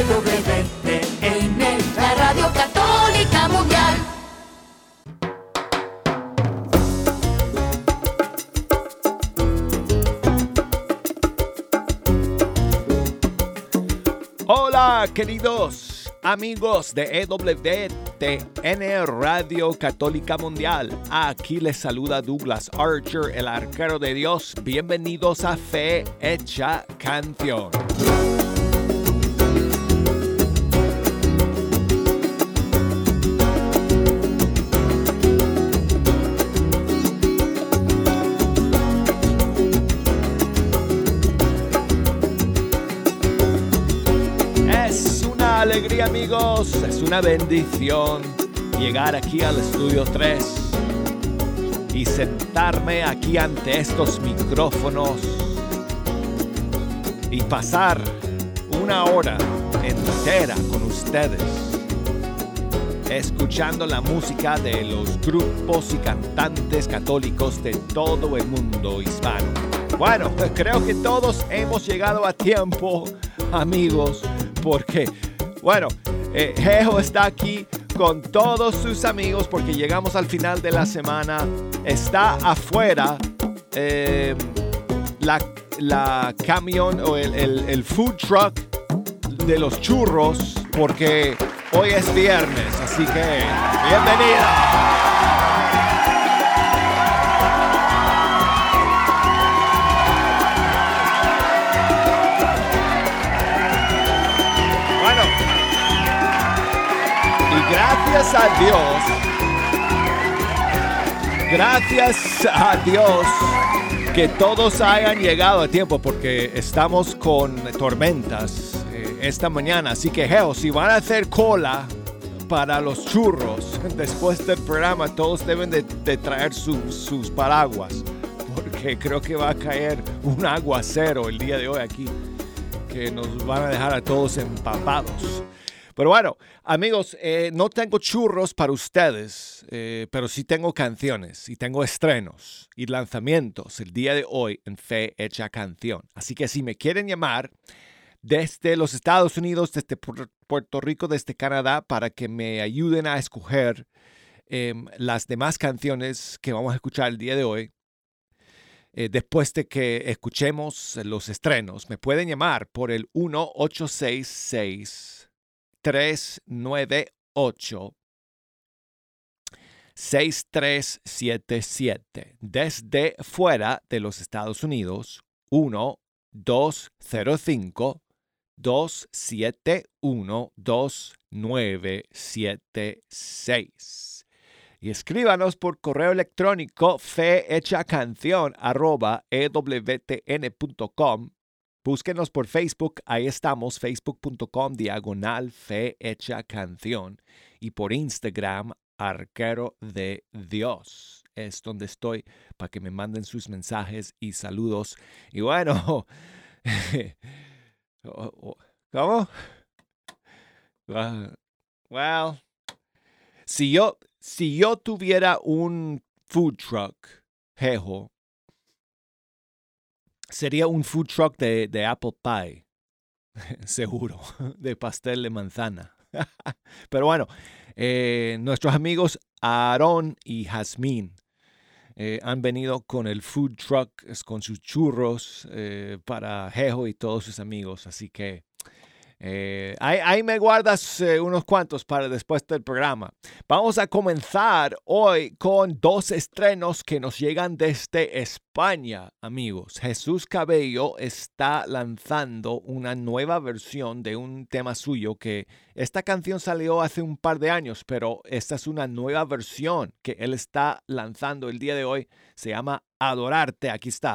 EWTN, la Radio Católica Mundial. Hola, queridos amigos de EWTN Radio Católica Mundial. Aquí les saluda Douglas Archer, el arquero de Dios. Bienvenidos a Fe Hecha Canción. Alegría, amigos, es una bendición llegar aquí al Estudio 3 y sentarme aquí ante estos micrófonos y pasar una hora entera con ustedes escuchando la música de los grupos y cantantes católicos de todo el mundo hispano. Bueno, creo que todos hemos llegado a tiempo, amigos, porque bueno, Jeho está aquí con todos sus amigos porque llegamos al final de la semana. Está afuera la camión o el food truck de los churros porque hoy es viernes, así que bienvenida. Gracias a Dios que todos hayan llegado a tiempo porque estamos con tormentas esta mañana. Así que, si van a hacer cola para los churros después del programa, todos deben de traer sus paraguas porque creo que va a caer un aguacero el día de hoy aquí que nos van a dejar a todos empapados. Pero bueno, amigos, no tengo churros para ustedes, pero sí tengo canciones y tengo estrenos y lanzamientos el día de hoy en Fe Hecha Canción. Así que si me quieren llamar desde los Estados Unidos, desde Puerto Rico, desde Canadá, para que me ayuden a escoger las demás canciones que vamos a escuchar el día de hoy, después de que escuchemos los estrenos, me pueden llamar por el 1-866-398-6377. Desde fuera de los Estados Unidos, 1-205-271-2976. Y escríbanos por correo electrónico fehechacanción@ewtn.com. Búsquenos por Facebook, ahí estamos, facebook.com/Fe Hecha Canción. Y por Instagram, Arquero de Dios. Es donde estoy para que me manden sus mensajes y saludos. Y bueno, ¿cómo? Well, si yo tuviera un food truck, Jeho, sería un food truck de apple pie, seguro, de pastel de manzana. Pero bueno, nuestros amigos Aarón y Jazmín han venido con el food truck, con sus churros para Jeho y todos sus amigos. Así que ahí me guardas unos cuantos para después del programa. Vamos a comenzar hoy con dos estrenos que nos llegan desde España, amigos. Jesús Cabello está lanzando una nueva versión de un tema suyo que esta canción salió hace un par de años, pero esta es una nueva versión que él está lanzando el día de hoy. Se llama Adorarte. Aquí está.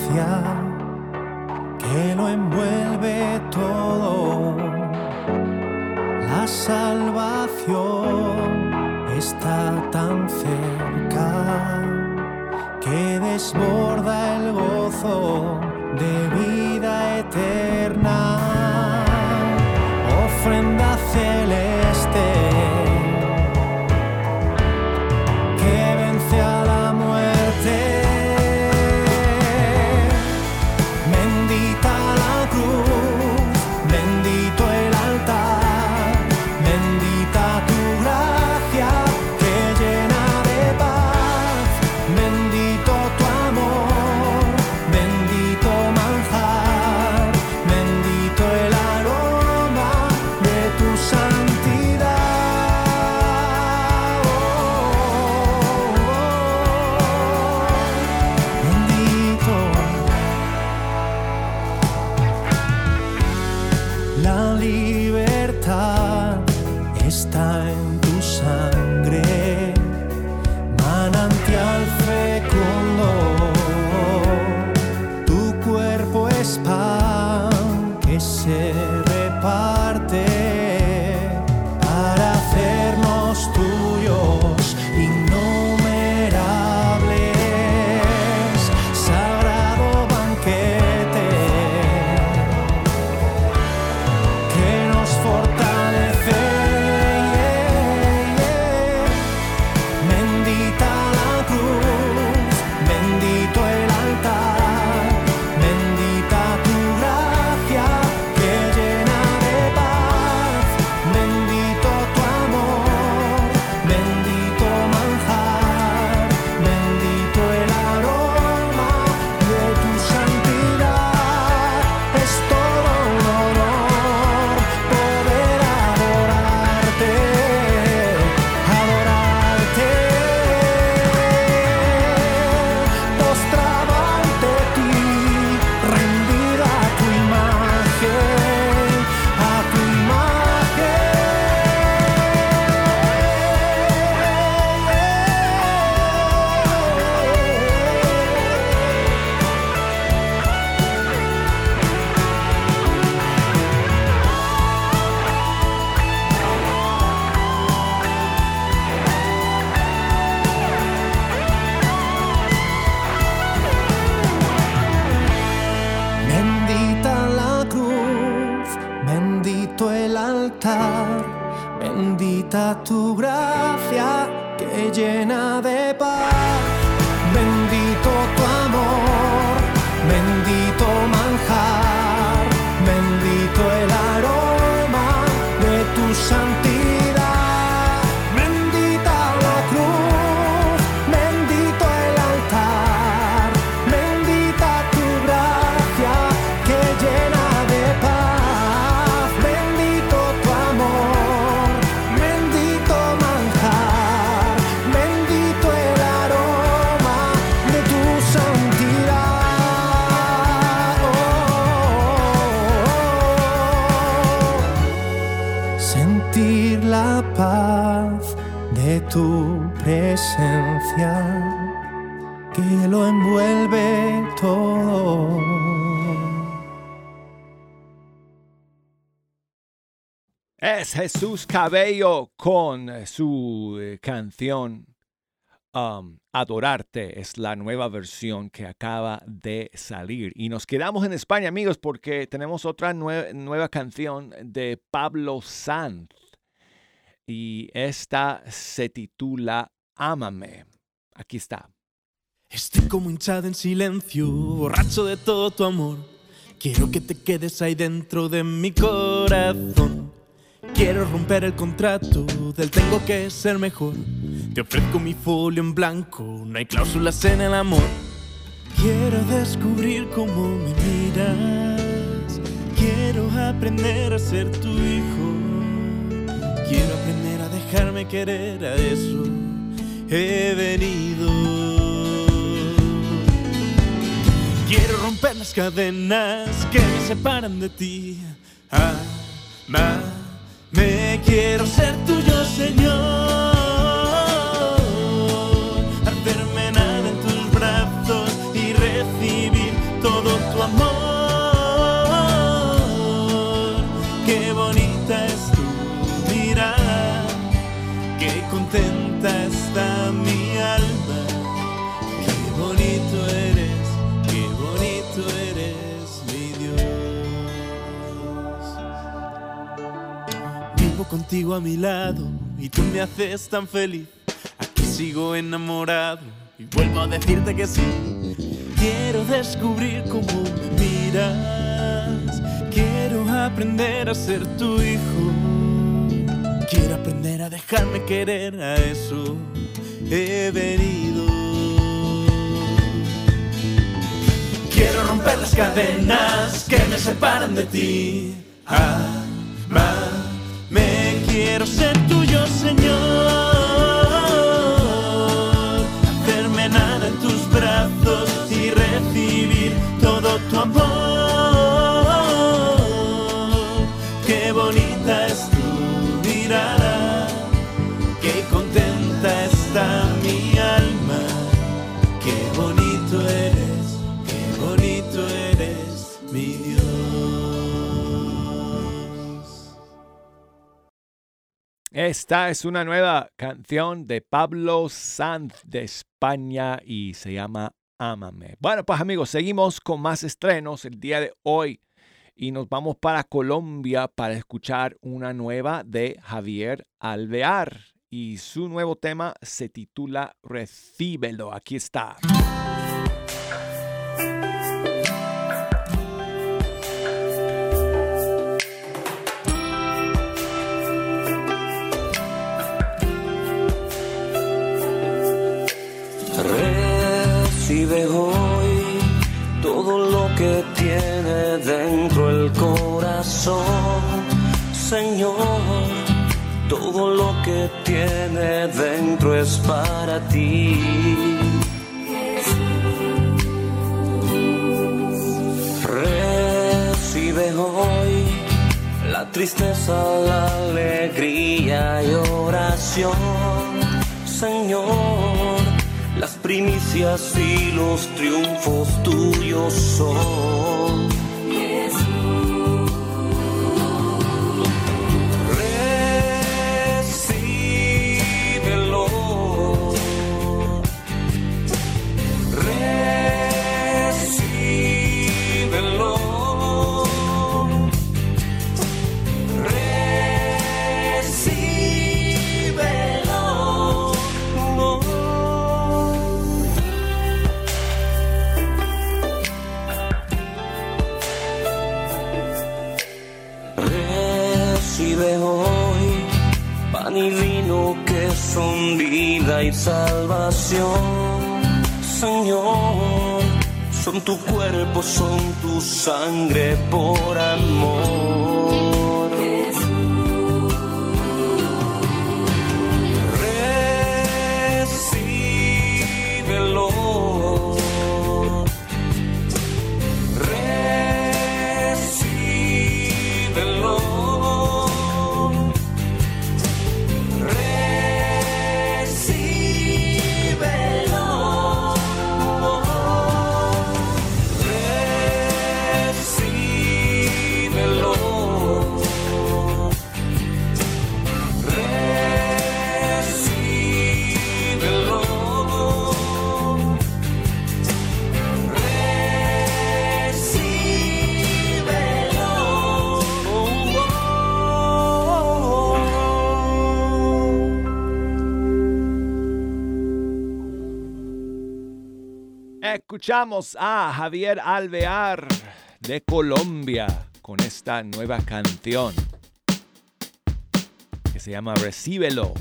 presencia que lo envuelve todo. La libertad está en tu sangre, manantial fecundo. Tu cuerpo es pan que se reparte para hacernos tuyos innumerables. Sagrado banquete que nos fortalece. Bendita la cruz, bendito el altar, bendita tu gracia que llena de paz, bendito tu amor, bendito manjar, bendito el aroma de tu santidad. Es todo un honor poder adorarte, postrado ante ti, rendido a tu imagen, a tu Bendita la cruz, bendito el altar, bendita tu gracia que llena de paz, bendito tu amor, bendito manjar, bendito el aroma de tu santidad. Bendita la cruz, bendito el altar, bendita tu gracia que llena de paz, bendito tu amor, bendito manjar, bendito el aroma de tu santidad. Sentir la paz de tu presencia que lo envuelve todo. Es Jesús Cabello con su canción Adorarte. Es la nueva versión que acaba de salir. Y nos quedamos en España, amigos, porque tenemos otra nueva canción de Pablo Sanz. Y esta se titula Ámame. Aquí está. Estoy como hinchado en silencio, borracho de todo tu amor. Quiero que te quedes ahí dentro de mi corazón. Quiero romper el contrato del tengo que ser mejor. Te ofrezco mi folio en blanco, no hay cláusulas en el amor. Quiero descubrir cómo me miras. Quiero aprender a ser tu hijo. Quiero aprender a dejarme querer, a eso he venido. Quiero romper las cadenas que me separan de ti. Me quiero ser tuyo, Señor. Hacerme nada en tus brazos y recibir todo tu amor. Qué bonita es tu mirada, qué contenta está mi alma. Qué bonito eres, qué bonito eres, mi Dios. Vivo contigo a mi lado y tú me haces tan feliz. Aquí sigo enamorado y vuelvo a decirte que sí. Quiero descubrir cómo me miras. Quiero aprender a ser tu hijo. Quiero aprender a dejarme querer, a eso he venido. Quiero romper las cadenas que me separan de ti. Me quiero ser tuyo, Señor. Hacerme nada en tus brazos y recibir todo tu amor. Esta es una nueva canción de Pablo Sanz de España y se llama Ámame. Bueno, pues amigos, seguimos con más estrenos el día de hoy y nos vamos para Colombia para escuchar una nueva de Javier Alvear y su nuevo tema se titula Recíbelo. Aquí está. Recibe hoy todo lo que tiene dentro el corazón, Señor. Todo lo que tiene dentro es para ti. Recibe hoy la tristeza, la alegría y oración, Señor. Las primicias y los triunfos tuyos son. Recíbelo. Recíbelo. Recibe hoy pan y vino que son vida y salvación, Señor. Son tu cuerpo, son tu sangre por amor. Recíbelo. Escuchamos a Javier Alvear de Colombia con esta nueva canción que se llama Recíbelo.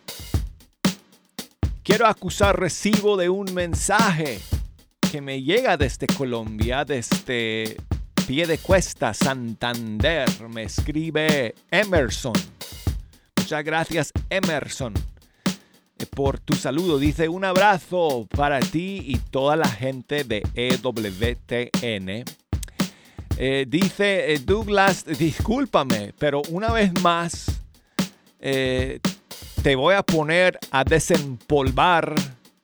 Quiero acusar recibo de un mensaje que me llega desde Colombia, desde Piedecuesta, Santander. Me escribe Emerson. Muchas gracias, Emerson, por tu saludo. Dice: un abrazo para ti y toda la gente de EWTN. Dice Douglas, discúlpame, pero una vez más te voy a poner a desempolvar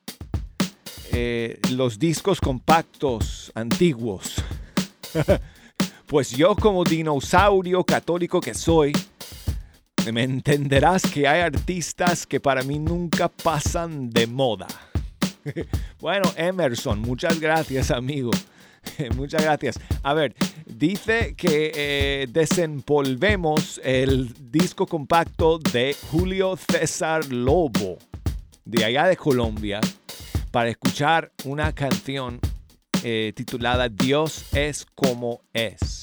los discos compactos antiguos. Pues yo, como dinosaurio católico que soy, me entenderás que hay artistas que para mí nunca pasan de moda. Bueno, Emerson, muchas gracias, amigo. Muchas gracias. A ver, dice que desempolvemos el disco compacto de Julio César Lobo, de allá de Colombia, para escuchar una canción titulada Dios es como es.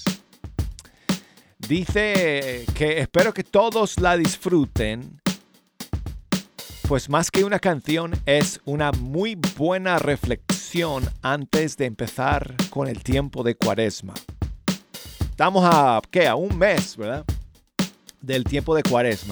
Dice que espero que todos la disfruten, pues más que una canción es una muy buena reflexión antes de empezar con el tiempo de Cuaresma. Estamos a un mes, ¿verdad? Del tiempo de Cuaresma.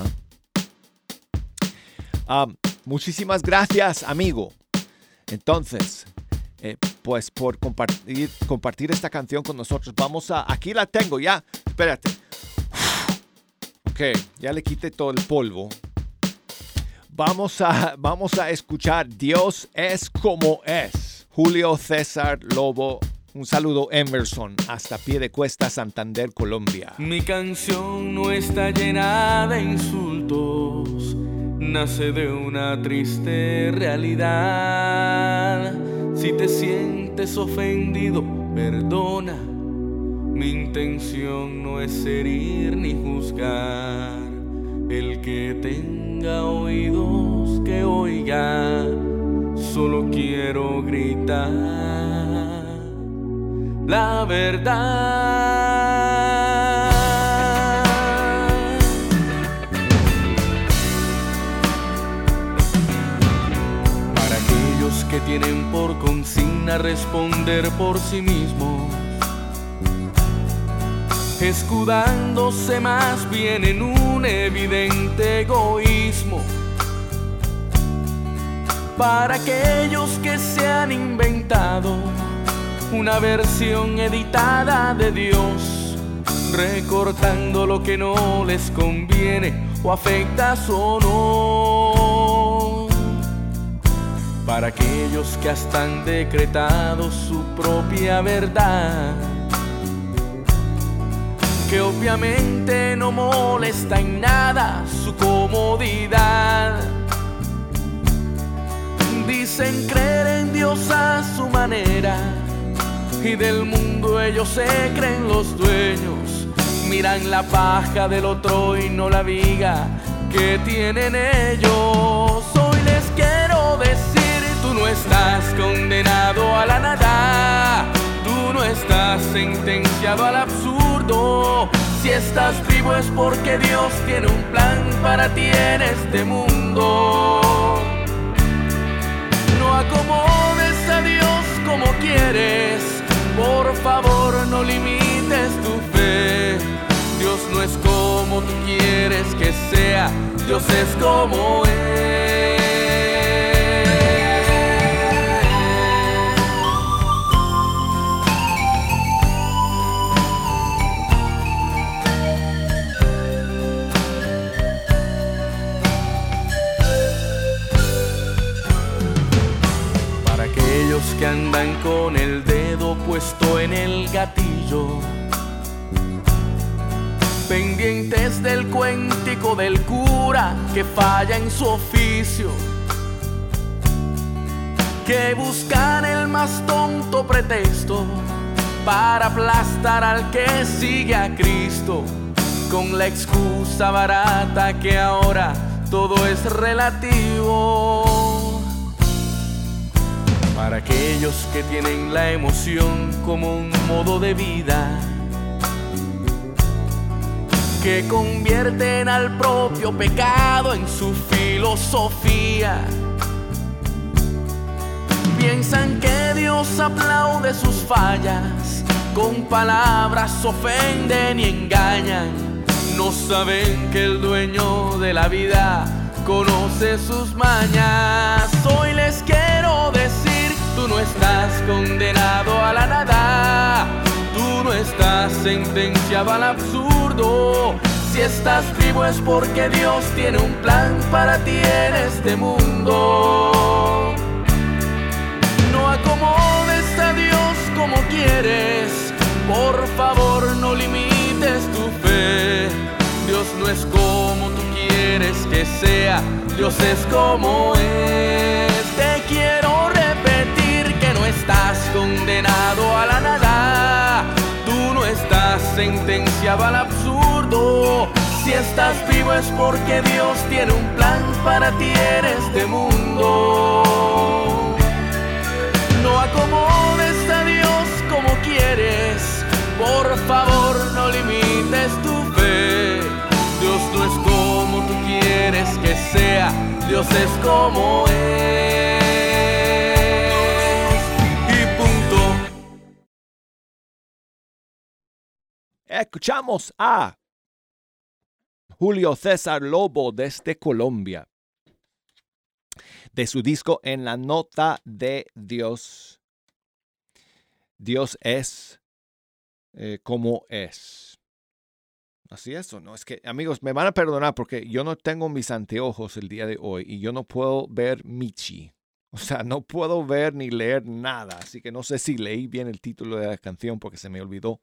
Muchísimas gracias, amigo. Entonces, pues por compartir esta canción con nosotros. Aquí la tengo ya. Espérate. Ok, ya le quité todo el polvo. Vamos a escuchar Dios es como es. Julio César Lobo Un saludo, Emerson, hasta Piedecuesta, Santander, Colombia. Mi canción no está llena de insultos, nace de una triste realidad. Si te sientes ofendido, perdona. Mi intención no es herir ni juzgar. El que tenga oídos que oiga, solo quiero gritar la verdad. Para aquellos que tienen por consigna responder por sí mismos, escudándose más bien en un evidente egoísmo. Para aquellos que se han inventado una versión editada de Dios, recortando lo que no les conviene o afecta su honor. Para aquellos que hasta han decretado su propia verdad, que obviamente no molesta en nada su comodidad. Dicen creer en Dios a su manera y del mundo ellos se creen los dueños. Miran la paja del otro y no la viga que tienen ellos. Hoy les quiero decir, tú no estás condenado a la nada, tú no estás sentenciado al absurdo. Si estás vivo es porque Dios tiene un plan para ti en este mundo. No acomodes a Dios como quieres, por favor no limites tu fe. Dios no es como tú quieres que sea, Dios es como es. Para aquellos que andan con el dedo puesto en el gatillo, pendientes del cuentico del cura que falla en su oficio, que buscan el más tonto pretexto para aplastar al que sigue a Cristo, con la excusa barata que ahora todo es relativo. Para aquellos que tienen la emoción como un modo de vida, que convierten al propio pecado en su filosofía. Piensan que Dios aplaude sus fallas, con palabras ofenden y engañan. No saben que el dueño de la vida conoce sus mañas. Hoy les quiero decir, tú no estás condenado a la nada, tú no estás sentenciado al absurdo. Si estás vivo es porque Dios tiene un plan para ti en este mundo. No acomodes a Dios como quieres, por favor no limites tu fe. Dios no es como tú quieres que sea, Dios es como es. Te quiero repetir que no estás condenado a la nada, tú no estás sentenciado al absurdo. Si estás vivo es porque Dios tiene un plan para ti en este mundo. No acomodes a Dios como quieres, por favor no limites tu fe. Dios no es como tú quieres que sea, Dios es como es. Y punto. Escuchamos a Julio César Lobo desde Colombia, de su disco En la Nota de Dios. Dios es como es. Así es, ¿o no? Es que, amigos, me van a perdonar porque yo no tengo mis anteojos el día de hoy y yo no puedo ver Michi. O sea, no puedo ver ni leer nada. Así que no sé si leí bien el título de la canción porque se me olvidó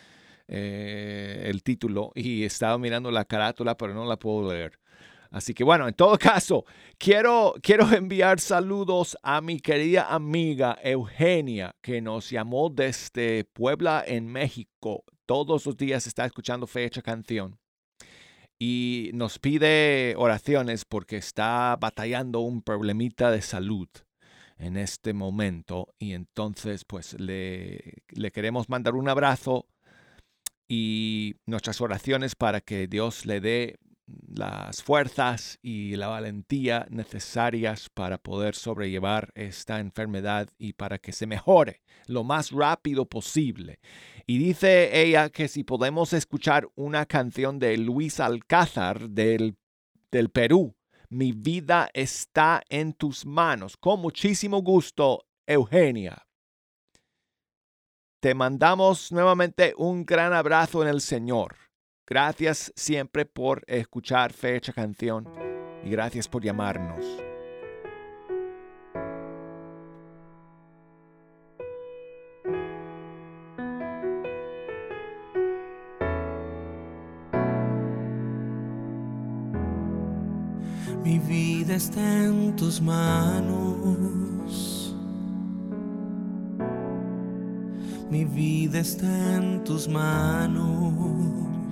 el título. Y estaba mirando la carátula, pero no la puedo leer. Así que bueno, en todo caso, quiero enviar saludos a mi querida amiga Eugenia, que nos llamó desde Puebla, en México. Todos los días está escuchando Fecha Canción. Y nos pide oraciones porque está batallando un problemita de salud en este momento. Y entonces, pues, le queremos mandar un abrazo y nuestras oraciones para que Dios le dé las fuerzas y la valentía necesarias para poder sobrellevar esta enfermedad y para que se mejore lo más rápido posible. Y dice ella que si podemos escuchar una canción de Luis Alcázar del Perú, Mi vida está en tus manos. Con muchísimo gusto, Eugenia. Te mandamos nuevamente un gran abrazo en el Señor. Gracias siempre por escuchar Fecha Canción y gracias por llamarnos. Mi vida está en tus manos. Mi vida está en tus manos.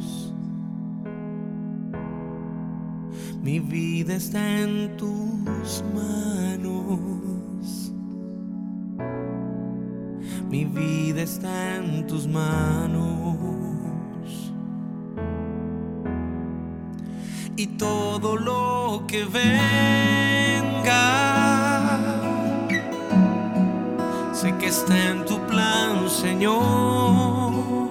Mi vida está en tus manos. Mi vida está en tus manos. Y todo lo que venga, sé que está en tu plan, Señor.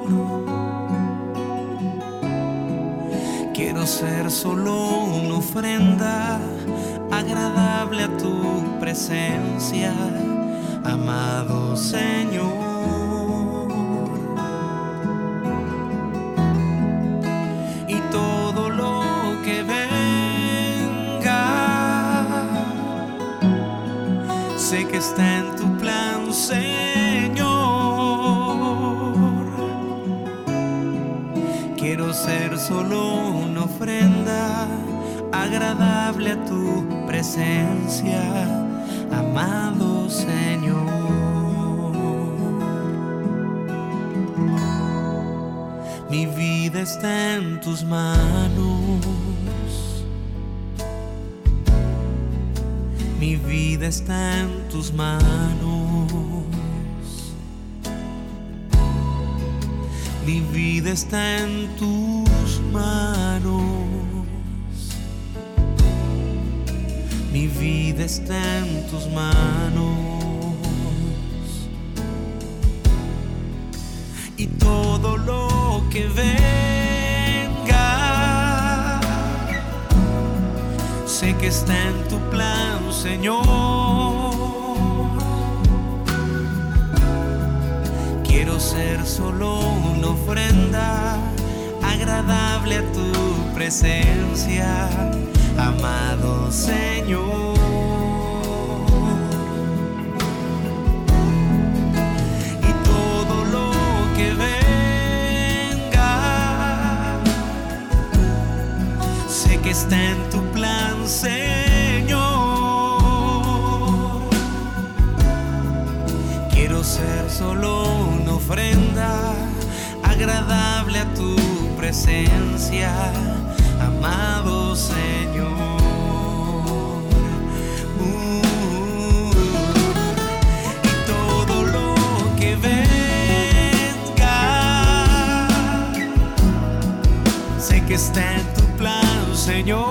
Quiero ser solo una ofrenda agradable a tu presencia, amado Señor. Y todo lo que venga, sé que está en tu plan, Señor. Quiero ser solo una ofrenda agradable a tu presencia, amado Señor. Mi vida está en tus manos. Mi vida está en tus manos. Mi vida está en tus manos. Mi vida está en tus manos. Y todo lo que venga, sé que está en tu plan, Señor. Quiero ser solo una ofrenda agradable a tu presencia, amado Señor. Y todo lo que venga, sé que está en tu plan, Señor. Quiero ser solo una ofrenda agradable a tu presencia, amado Señor. Y todo lo que venga, sé que está en tu plan, Señor.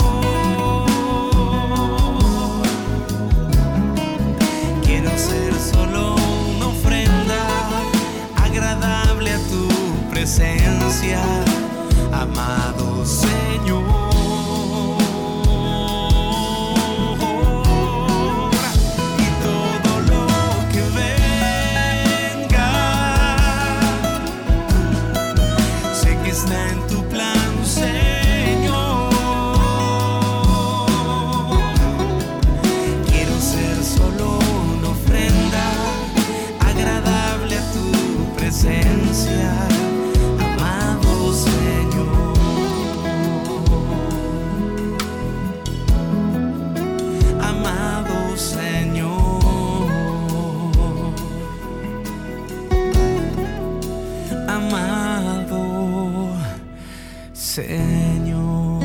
Quiero ser solo una ofrenda agradable a tu presencia, amado Señor. Y todo lo que venga, sé que está en tu plan, Señor. Quiero ser solo Señor.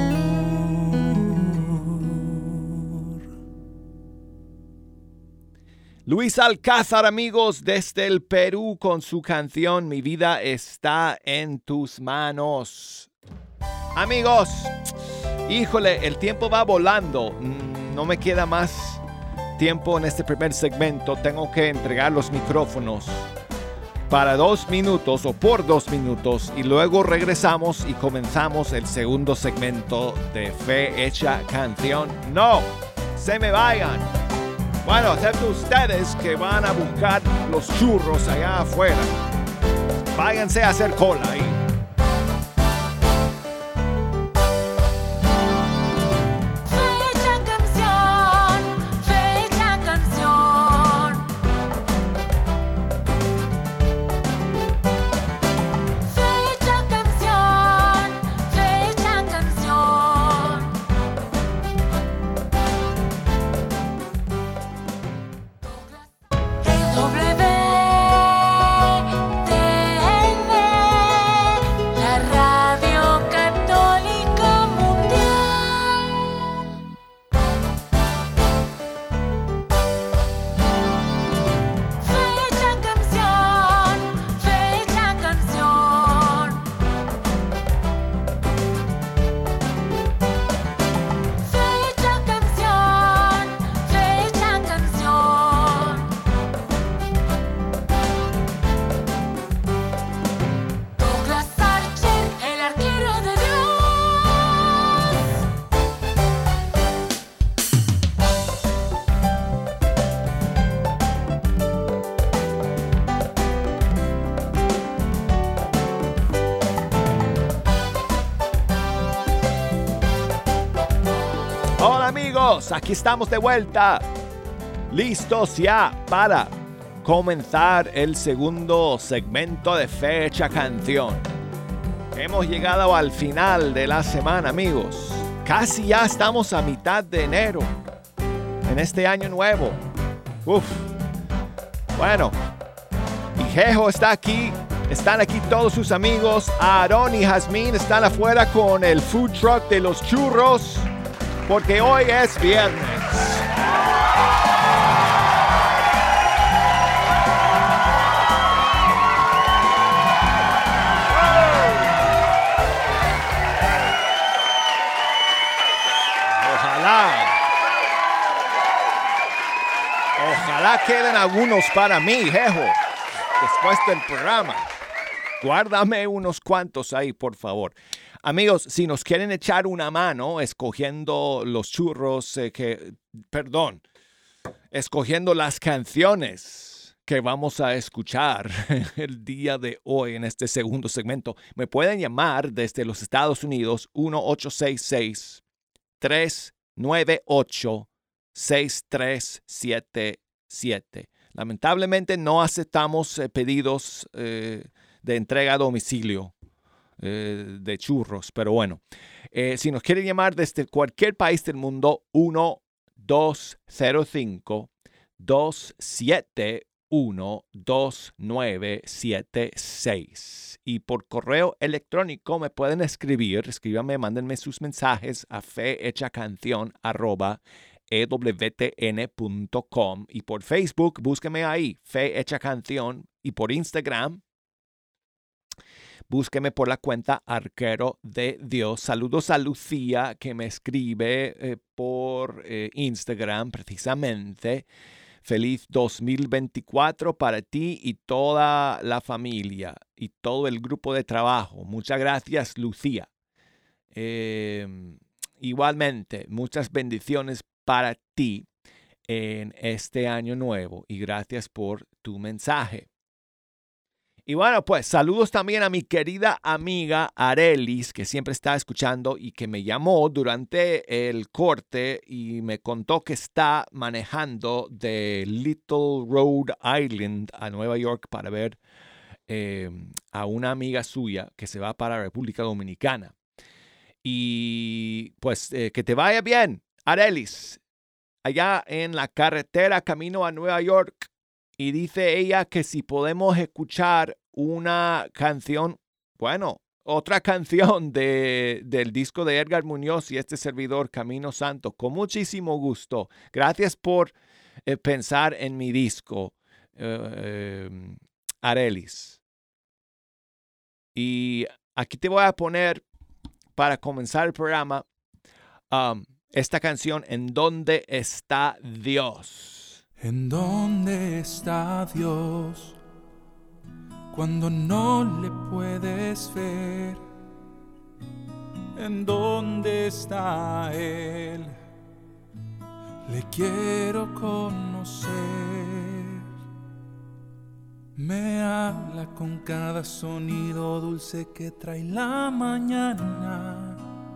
Luis Alcázar, amigos, desde el Perú con su canción Mi vida está en tus manos. Amigos, híjole, el tiempo va volando. No me queda más tiempo en este primer segmento. Tengo que entregar los micrófonos para 2 minutos o por 2 minutos y luego regresamos y comenzamos el segundo segmento de Fe Hecha Canción. ¡No se me vayan! Bueno, excepto ustedes que van a buscar los churros allá afuera. Váyanse a hacer cola ahí. Fecha canción, fecha canción. Fecha canción, fecha canción. La Radio Católica Mundial. Fecha canción, fecha canción. Fecha canción, fecha canción. Douglas Archer, el arquero de Dios. Hola amigos, aquí estamos de vuelta. Listos ya para comenzar el segundo segmento de Fecha Canción. Hemos llegado al final de la semana, amigos. Casi ya estamos a mitad de enero en este año nuevo. Uf. Bueno, y Jejo está aquí. Están aquí todos sus amigos. Aarón y Jazmín están afuera con el food truck de los churros. Porque hoy es viernes. Ojalá queden algunos para mí, Jejo, después del programa. Guárdame unos cuantos ahí, por favor. Amigos, si nos quieren echar una mano escogiendo los churros, escogiendo las canciones que vamos a escuchar el día de hoy en este segundo segmento, me pueden llamar desde los Estados Unidos 1-866-398-6377. Lamentablemente no aceptamos pedidos de entrega a domicilio de churros, pero bueno, si nos quieren llamar desde cualquier país del mundo, 1-205-271-2976. Y por correo electrónico me pueden escríbanme, mándenme sus mensajes a fehechacancion@ewtn.com, y por Facebook búsqueme ahí, Fe Hecha Canción, y por Instagram búsqueme por la cuenta Arquero de Dios. Saludos a Lucía, que me escribe por Instagram precisamente. Feliz 2024 para ti y toda la familia y todo el grupo de trabajo. Muchas gracias, Lucía. Igualmente, muchas bendiciones para ti en este año nuevo y gracias por tu mensaje. Y bueno, pues saludos también a mi querida amiga Arelis, que siempre está escuchando y que me llamó durante el corte y me contó que está manejando de Little Rhode Island a Nueva York para ver a una amiga suya que se va para la República Dominicana. Y pues que te vaya bien, Arelis, allá en la carretera camino a Nueva York. Y dice ella que si podemos escuchar una canción, bueno, otra canción del disco de Edgar Muñoz y este servidor Camino Santo, con muchísimo gusto. Gracias por pensar en mi disco, Arelis. Y aquí te voy a poner, para comenzar el programa, esta canción, ¿En dónde está Dios? ¿En dónde está Dios cuando no le puedes ver? ¿En dónde está Él? Le quiero conocer. Me habla con cada sonido dulce que trae la mañana.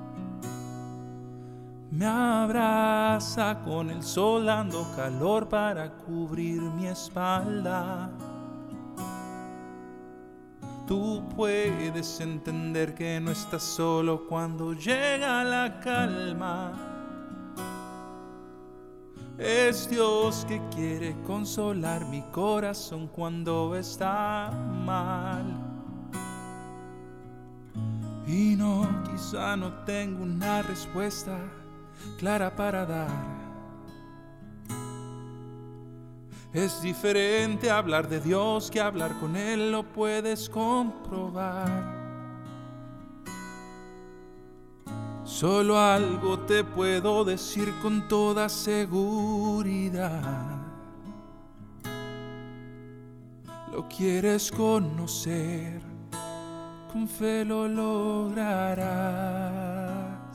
Me abraza con el sol dando calor para cubrir mi espalda. Tú puedes entender que no estás solo cuando llega la calma. Es Dios que quiere consolar mi corazón cuando está mal. Y no, quizá no tengo una respuesta clara para dar. Es diferente hablar de Dios que hablar con Él, lo puedes comprobar. Solo algo te puedo decir con toda seguridad. Lo quieres conocer, con fe lo lograrás.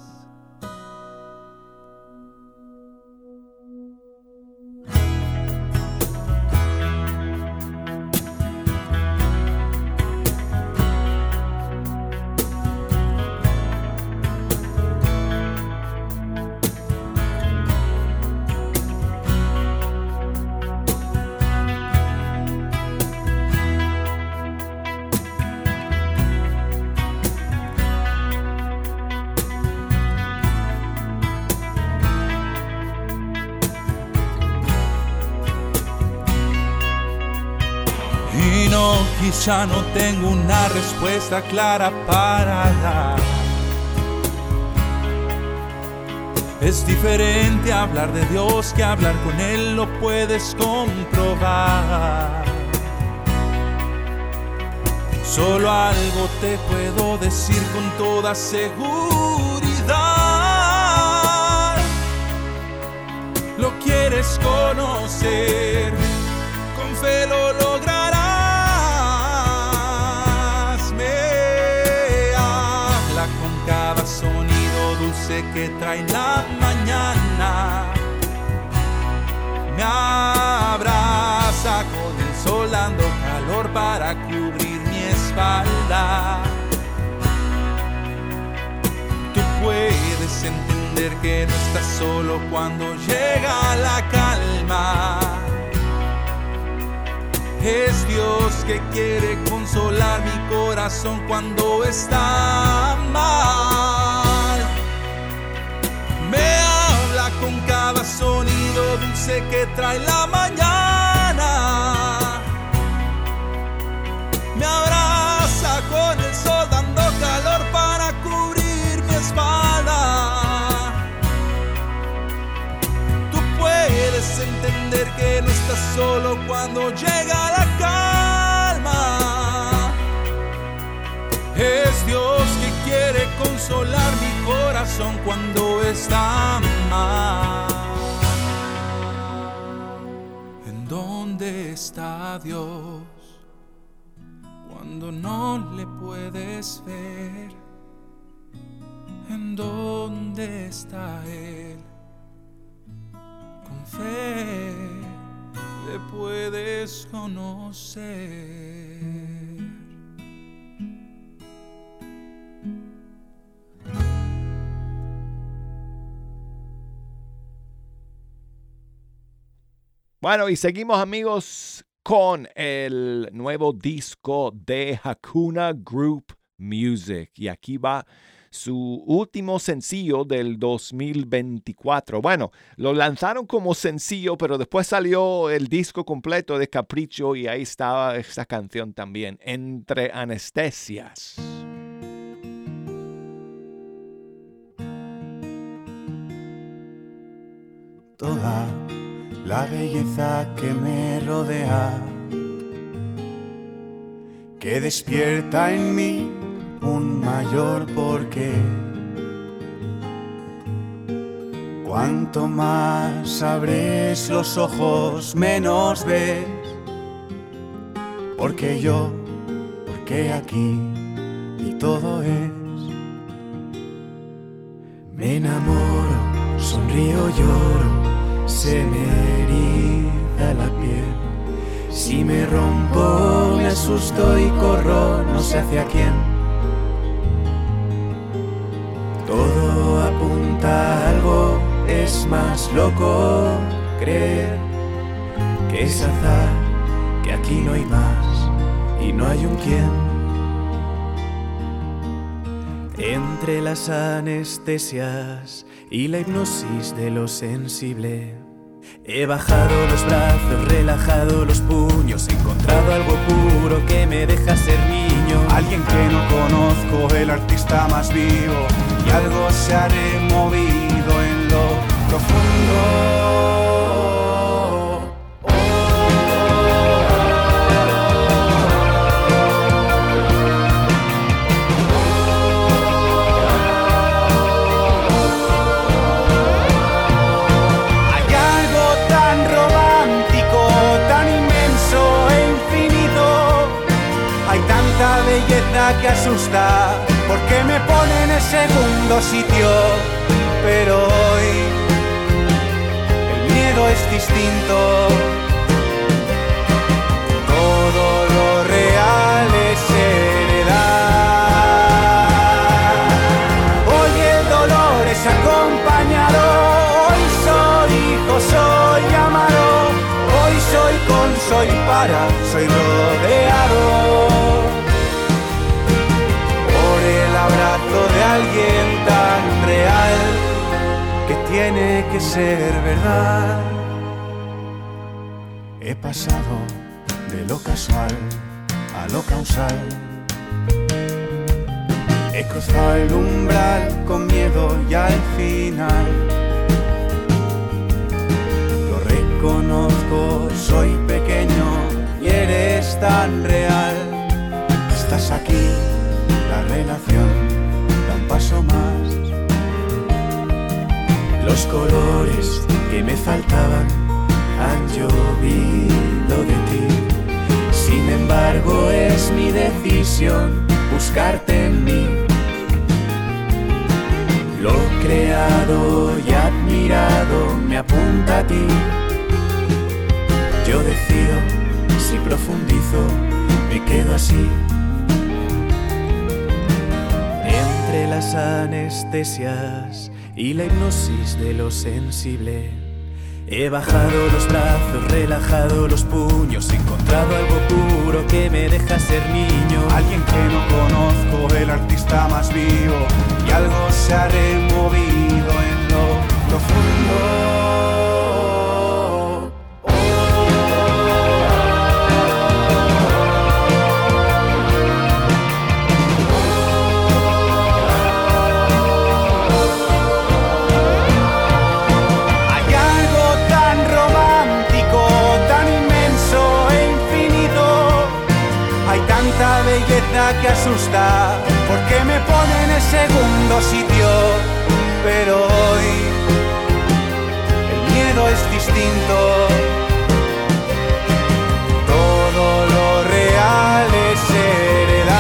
Quizá no tengo una respuesta clara para dar. Es diferente hablar de Dios que hablar con Él, lo puedes comprobar. Solo algo te puedo decir con toda seguridad. Lo quieres conocer, con fe lo lograrás. Cada sonido dulce que trae la mañana. Me abraza con el sol dando calor para cubrir mi espalda. Tú puedes entender que no estás solo cuando llega la calma. Es Dios que quiere consolar mi corazón cuando está mal. Me habla con cada sonido dulce que trae la mañana. Me abraza con el sol dando calor para cubrir mi espalda. Tú puedes entender que no estás solo cuando llega la calma. Es Dios que quiere consolar mi corazón cuando está mal. ¿En dónde está Dios cuando no le puedes ver? ¿En dónde está Él? Con fe le puedes conocer. Bueno, y seguimos, amigos, con el nuevo disco de Hakuna Group Music. Y aquí va su último sencillo del 2024. Bueno, lo lanzaron como sencillo, pero después salió el disco completo de Capricho y ahí estaba esa canción también, Entre Anestesias. toda la belleza que me rodea, que despierta en mí un mayor porqué. Cuanto más abres los ojos, menos ves. Porque yo, porque aquí, y todo es. Me enamoro, sonrío, lloro, se me eriza la piel. Si me rompo, me asusto y corro, no sé hacia quién. Todo apunta a algo, es más loco creer que es azar, que aquí no hay más y no hay un quién. Entre las anestesias y la hipnosis de lo sensible, he bajado los brazos, relajado los puños, he encontrado algo puro que me deja ser niño. Alguien que no conozco, el artista más vivo, y algo se ha removido en lo profundo. Belleza que asusta, porque me pone en el segundo sitio. Pero hoy el miedo es distinto. Todo lo real es heredar. Hoy el dolor es acompañado. Hoy soy hijo, soy amado. Hoy soy con, soy para, soy rodeado. El abrazo de alguien tan real que tiene que ser verdad. He pasado de lo casual a lo causal. He cruzado el umbral con miedo y al final lo reconozco, soy pequeño y eres tan real. Estás aquí, la relación da un paso más. Los colores que me faltaban han llovido de ti. Sin embargo es mi decisión buscarte en mí. Lo creado y admirado me apunta a ti. Yo decido si profundizo, me quedo así. Entre las anestesias y la hipnosis de lo sensible, he bajado los brazos, relajado los puños, he encontrado algo puro que me deja ser niño. Alguien que no conozco, el artista más vivo, y algo se ha removido en lo profundo. Que asusta, porque me pone en el segundo sitio. Pero hoy el miedo es distinto. Todo lo real es heredar.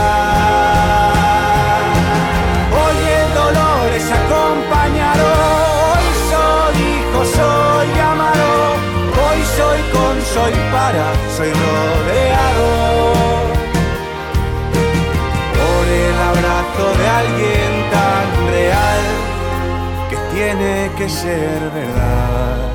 Hoy el dolor es acompañado. Hoy soy hijo, soy amado. Hoy soy con, soy para, soy rodeado. El abrazo de alguien tan real que tiene que ser verdad.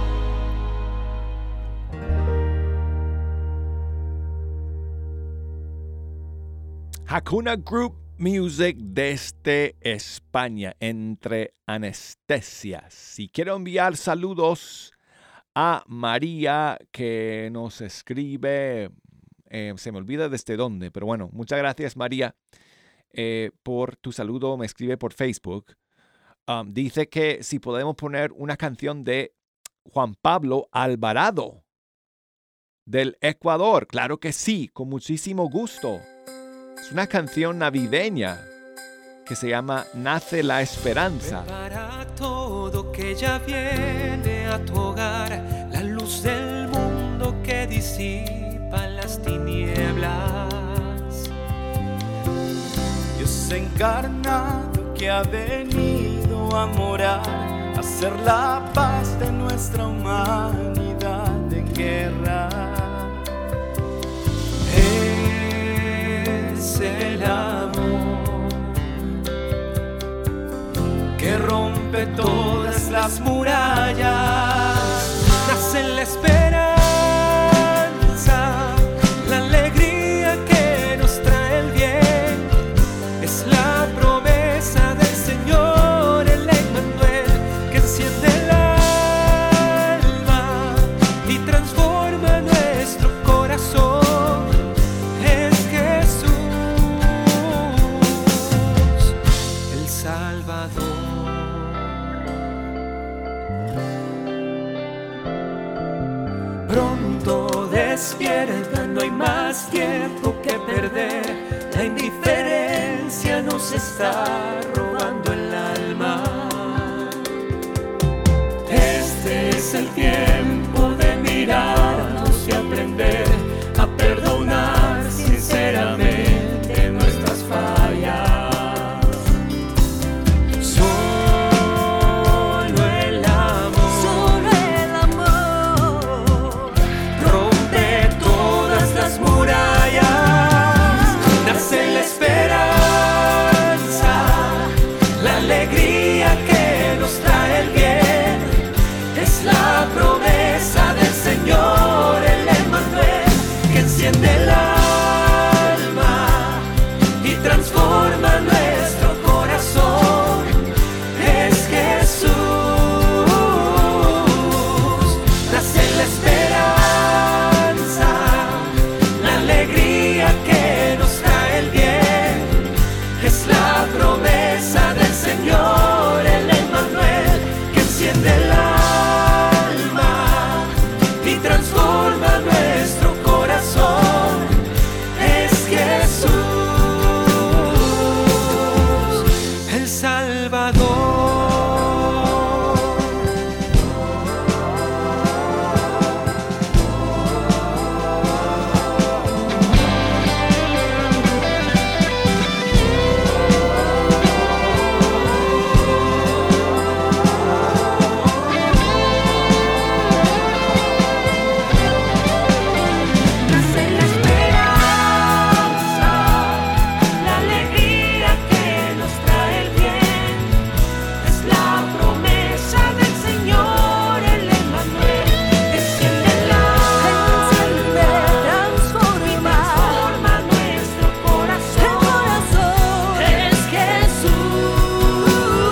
Hakuna Group Music desde España, entre anestesias. Y quiero enviar saludos a María, que nos escribe, se me olvida desde dónde, pero bueno, muchas gracias María por tu saludo. Me escribe por Facebook. Dice que si podemos poner una canción de Juan Pablo Alvarado del Ecuador. Claro que sí, con muchísimo gusto. Es una canción navideña que se llama Nace la Esperanza. Prepara todo que ya viene a tu hogar, la luz del mundo que disipa las tinieblas. Dios encarnado que ha venido a morar, a hacer la paz de nuestra humanidad en guerra. Es el amor que rompe todas las murallas. Nace en la esperanza, la alegría que nos trae el bien. Es la promesa del Señor, el Emmanuel, que enciende el alma y transforma nuestro corazón. Es Jesús, el Salvador. Pronto despierta, no hay más tiempo que perder. La indiferencia nos está robando el alma. Este es el tiempo de mirarnos y aprender a perdonar sinceramente nuestras fallas. Solo el amor rompe todas las murallas. Nace la esperanza, la alegría que nos trae el bien. Es la promesa del Señor, el Emmanuel, que enciende el alma y transforma nuestro corazón. Es Jesús, nace la esperanza, la alegría que nos trae el bien. Es la promesa del Señor, el Emmanuel, que enciende el alma y transforma nuestro corazón. Es Jesús, el Salvador. Nace la esperanza, la alegría que nos trae el bien. Es la promesa del Señor, el Emmanuel, que enciende el alma y transforma nuestro corazón. Es Jesús,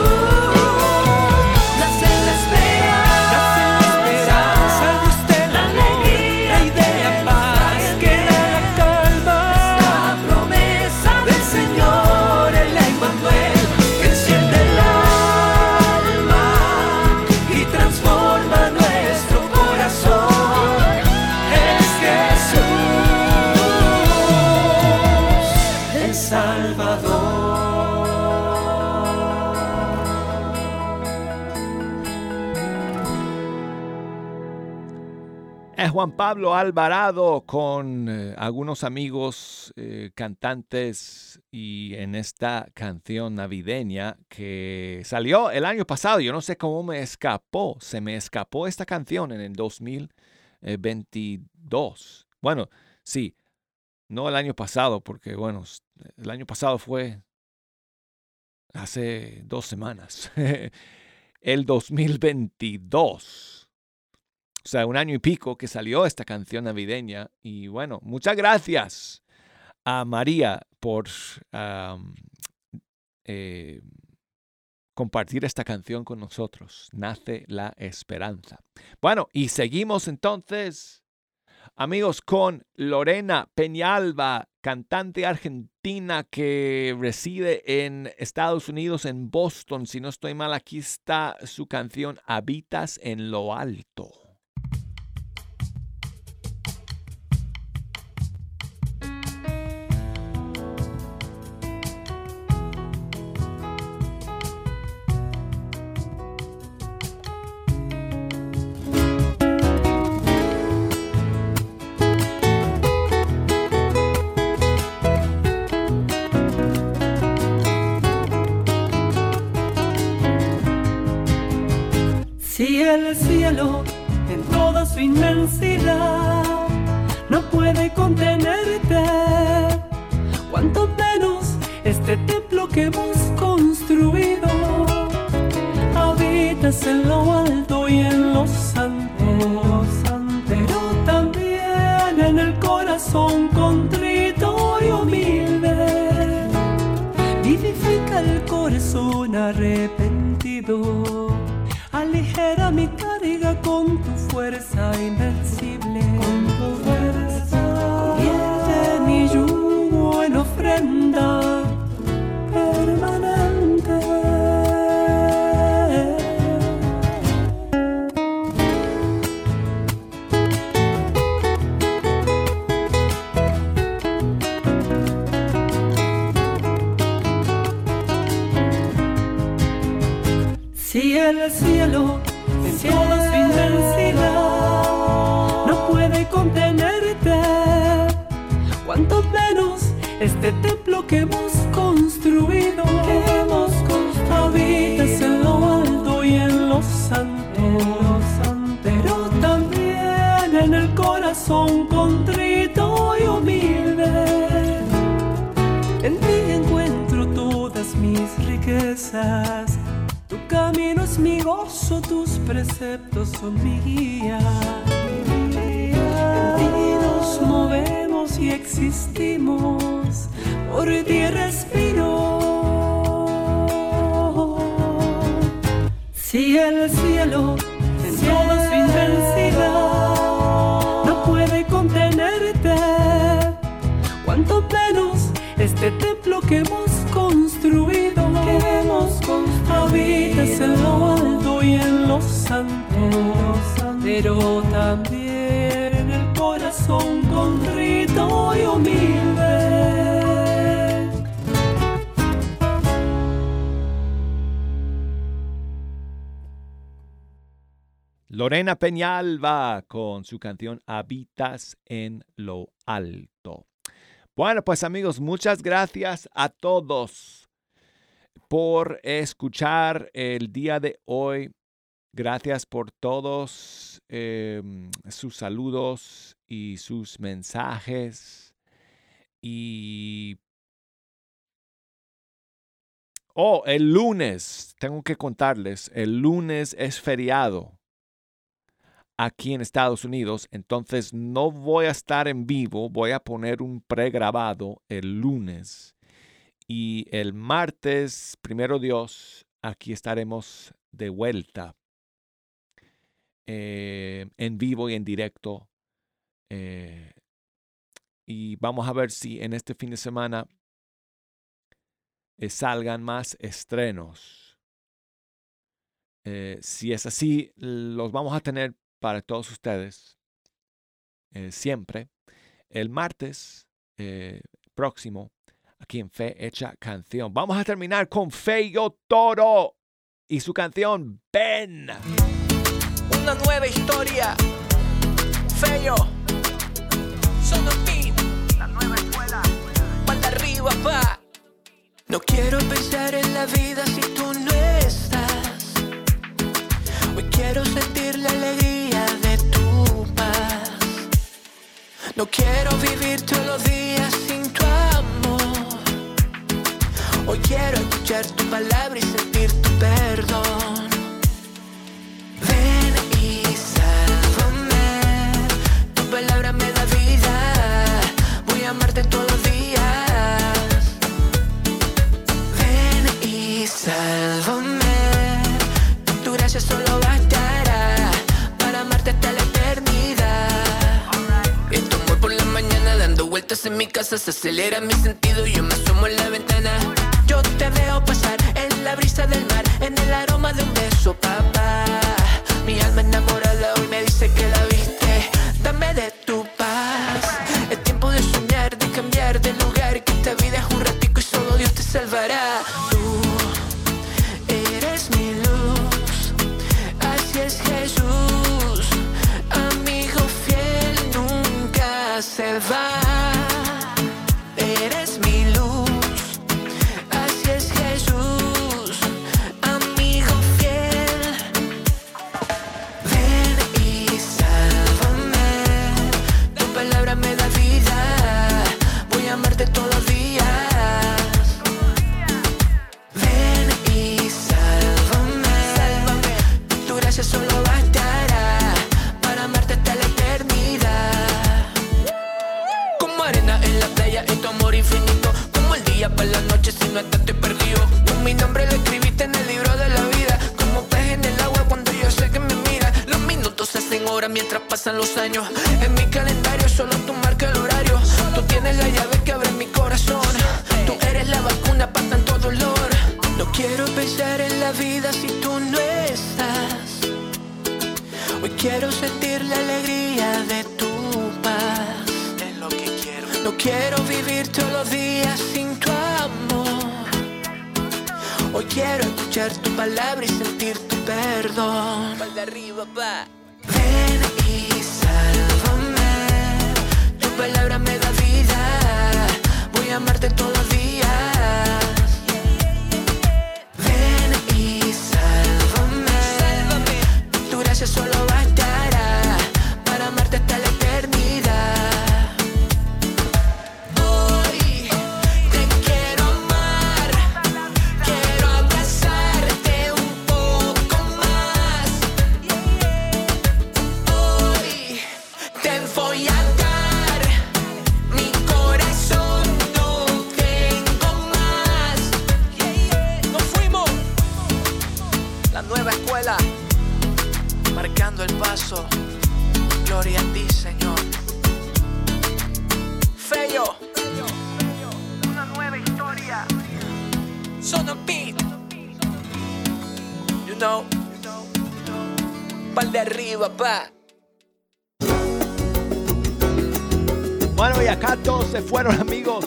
nace la esperanza, la alegría y de la paz que da la calma. Es la promesa del Señor, el Emmanuel, que enciende el alma y transforma nuestro corazón. Es Jesús, el Salvador. Es Juan Pablo Alvarado con algunos amigos cantantes y en esta canción navideña que salió el año pasado. Yo no sé cómo se me escapó esta canción en el 2022. Bueno, sí, no el año pasado, porque bueno, el año pasado fue hace 2 semanas. El 2022. O sea, 1 año y pico que salió esta canción navideña. Y bueno, muchas gracias a María por compartir esta canción con nosotros. Nace la esperanza. Bueno, y seguimos entonces. Amigos, con Lorena Peñalba, cantante argentina que reside en Estados Unidos, en Boston. Si no estoy mal, aquí está su canción Habitas en lo Alto. Si el cielo en toda su inmensidad no puede contenerte, cuanto menos este templo que hemos construido. Habitas en lo alto y en lo santo, pero también en el corazón contrito y humilde. Vivifica el corazón arrepentido. Aligera mi carga con tu fuerza invencible. Con tu fuerza. Convierte mi yugo en ofrenda permanente. Si el cielo en toda su inmensidad no puede contenerte, cuanto menos este templo que hemos construido. Habitas en lo alto y en lo santo, pero también en el corazón contrito y humilde. En ti encuentro todas mis riquezas. Tu camino es mi gozo, tus preceptos son mi guía. En ti nos movemos y existimos, por ti respiro. Si el cielo en toda su inmensidad no puede contenerte, cuanto menos este templo que hemos construido. Habitas en lo alto y en lo santo, pero también en el corazón contrito y humilde. Lorena Peñalba con su canción Habitas en lo Alto. Bueno, pues amigos, muchas gracias a todos por escuchar el día de hoy. Gracias por todos sus saludos y sus mensajes. Y el lunes, tengo que contarles, el lunes es feriado aquí en Estados Unidos, entonces no voy a estar en vivo, voy a poner un pregrabado el lunes. Y el martes, primero Dios, aquí estaremos de vuelta en vivo y en directo. Y vamos a ver si en este fin de semana salgan más estrenos. Si es así, los vamos a tener para todos ustedes siempre. El martes próximo, aquí en Fe Hecha Canción. Vamos a terminar con Feyo Toro y su canción Ven. Una nueva historia. Feyo. Sonotín. La nueva escuela. Para arriba, pa. No quiero pensar en la vida si tú no estás. Hoy quiero sentir la alegría de tu paz. No quiero vivir todos los días sin tu amor. Hoy quiero escuchar tu palabra y sentir tu perdón. Ven y sálvame. Tu palabra me da vida. Voy a amarte todos los días. Ven y sálvame. Tu gracia solo bastará para amarte hasta la eternidad. luz en mi casa, se acelera mi sentido. Yo me asomo en la ventana. Yo te veo pasar en la brisa del mar, en el aroma de un beso, papá. Mi alma enamorada hoy me dice que la viste. Dame de tu paz. Es tiempo de soñar, de cambiar de lugar. Que esta vida es un ratico y solo Dios te salvará. Tú eres mi luz, así es Jesús. Amigo fiel nunca se va. Eres mi luz, así es Jesús. Amigo fiel. Ven y sálvame. Tu palabra me da vida. Voy a amarte todos los días. Ven y sálvame. Tu gracia solo bastará para amarte hasta la eternidad. Como arena en la playa y tu amor infinito. Como el día para la noche si no estás estoy perdido. Con mi nombre lo escribiste en el libro de la vida. Como pez en el agua cuando yo sé que me mira. Los minutos se hacen horas mientras pasan los años. En mi calendario solo tú marcas el horario. Tú tienes la llave que abre mi corazón. Tú eres la vacuna para tanto dolor. No quiero pensar en la vida si tú no estás. Hoy quiero sentir la alegría de tu paz. Es lo que quiero. No quiero vivir todos los días sin tu amor. Hoy quiero escuchar tu palabra y sentir tu perdón. Pal de arriba, pa. Ven y sálvame. Tu palabra me da vida. Voy a amarte todos los días. Ven y sálvame. Tu gracia solo bastará para amarte hasta la eternidad. Hoy te quiero amar. Quiero abrazarte un poco más. Hoy te voy a dar mi corazón. No tengo más. Nos fuimos. La nueva escuela, marcando el paso. Gloria a ti, Señor. Fello, una nueva historia. Son of beat. You know. Pal de arriba, pa. Bueno, y acá todos se fueron, amigos,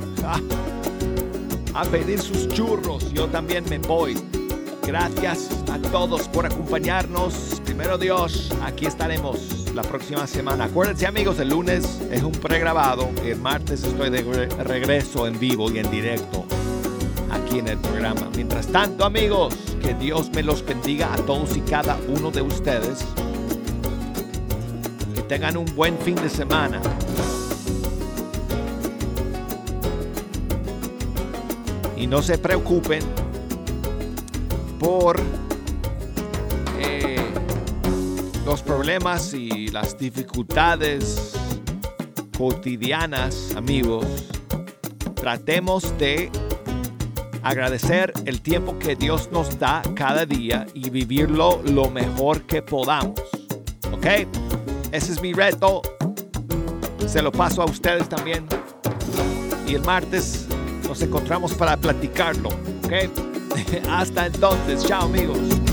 a pedir sus churros. Yo también me voy. Gracias a todos por acompañarnos. Primero Dios, aquí estaremos la próxima semana. Acuérdense, amigos, el lunes es un pregrabado. El martes estoy de regreso en vivo y en directo aquí en el programa. Mientras tanto, amigos, que Dios me los bendiga a todos y cada uno de ustedes. Que tengan un buen fin de semana. Y no se preocupen por los problemas y las dificultades cotidianas, amigos. Tratemos de agradecer el tiempo que Dios nos da cada día y vivirlo lo mejor que podamos. ¿Ok? Ese es mi reto. Se lo paso a ustedes también. Y el martes nos encontramos para platicarlo. ¿Ok? Hasta entonces. Chao, amigos.